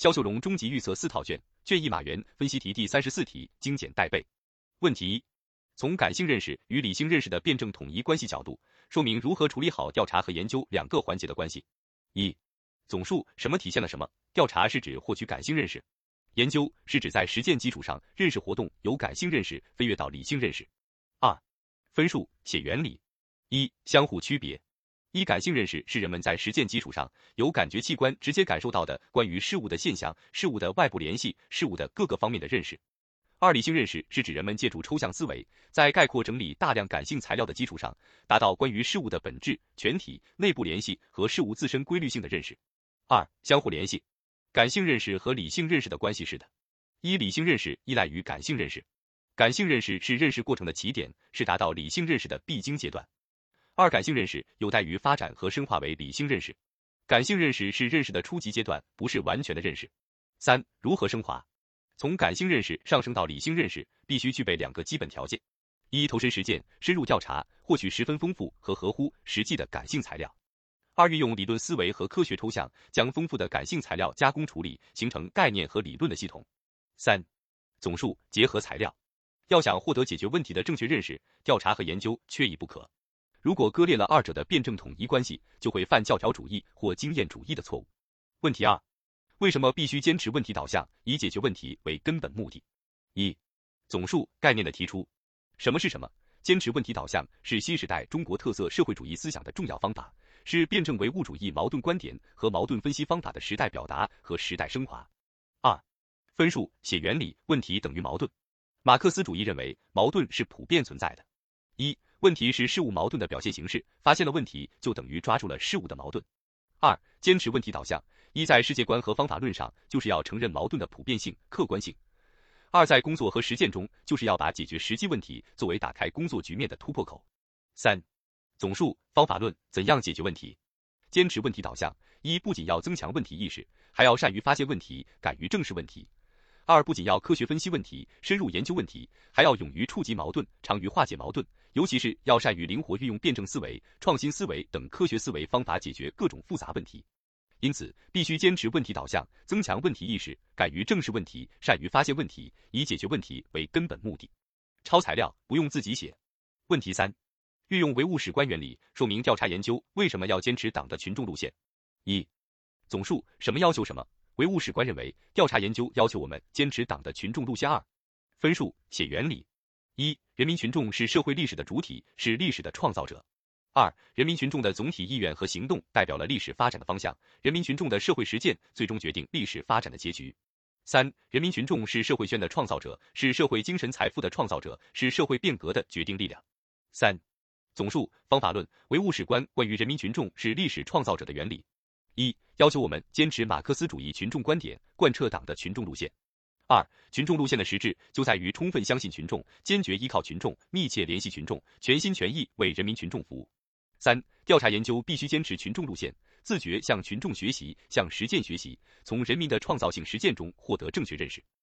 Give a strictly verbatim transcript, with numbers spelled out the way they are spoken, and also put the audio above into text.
肖秀荣终极预测四套卷，卷一马原分析题第三十四题，精简带背。问题一：从感性认识与理性认识的辩证统一关系角度，说明如何处理好调查和研究两个环节的关系。一、总述什么体现了什么？调查是指获取感性认识，研究是指在实践基础上认识活动由感性认识飞跃到理性认识。二、分数写原理。一、相互区别。一、感性认识是人们在实践基础上由感觉器官直接感受到的关于事物的现象、事物的外部联系、事物的各个方面的认识。二、理性认识是指人们借助抽象思维，在概括整理大量感性材料的基础上，达到关于事物的本质、全体、内部联系和事物自身规律性的认识。二、相互联系。感性认识和理性认识的关系是的：一、理性认识依赖于感性认识，感性认识是认识过程的起点，是达到理性认识的必经阶段。二、感性认识有待于发展和深化为理性认识，感性认识是认识的初级阶段，不是完全的认识。三、如何升华？从感性认识上升到理性认识，必须具备两个基本条件：一、投身实践，深入调查，获取十分丰富和合乎实际的感性材料；二、运用理论思维和科学抽象，将丰富的感性材料加工处理，形成概念和理论的系统。三、总述结合材料。要想获得解决问题的正确认识，调查和研究缺一不可。如果割裂了二者的辩证统一关系，就会犯教条主义或经验主义的错误。问题二：为什么必须坚持问题导向，以解决问题为根本目的？一、总述概念的提出。什么是什么？坚持问题导向是新时代中国特色社会主义思想的重要方法，是辩证唯物主义矛盾观点和矛盾分析方法的时代表达和时代升华。二、分数写原理，问题等于矛盾。马克思主义认为，矛盾是普遍存在的。一、问题是事物矛盾的表现形式，发现了问题就等于抓住了事物的矛盾。二、坚持问题导向。一、在世界观和方法论上，就是要承认矛盾的普遍性、客观性；二、在工作和实践中，就是要把解决实际问题作为打开工作局面的突破口。三、总述方法论，怎样解决问题？坚持问题导向。一、不仅要增强问题意识，还要善于发现问题，敢于正视问题。二、不仅要科学分析问题，深入研究问题，还要勇于触及矛盾，长于化解矛盾，尤其是要善于灵活运用辩证思维、创新思维等科学思维方法解决各种复杂问题。因此，必须坚持问题导向，增强问题意识，敢于正视问题，善于发现问题，以解决问题为根本目的。抄材料不用自己写。问题三：运用唯物史观原理，说明调查研究为什么要坚持党的群众路线。一、总述什么要求什么。唯物史观认为，调查研究要求我们坚持党的群众路线。二、分数写原理。一、人民群众是社会历史的主体，是历史的创造者。二、人民群众的总体意愿和行动代表了历史发展的方向，人民群众的社会实践最终决定历史发展的结局。三、人民群众是社会圈的创造者，是社会精神财富的创造者，是社会变革的决定力量。三、总述方法论，唯物史观关于人民群众是历史创造者的原理。一、要求我们坚持马克思主义群众观点，贯彻党的群众路线。二、群众路线的实质就在于充分相信群众，坚决依靠群众，密切联系群众，全心全意为人民群众服务。三、调查研究必须坚持群众路线，自觉向群众学习，向实践学习，从人民的创造性实践中获得正确认识。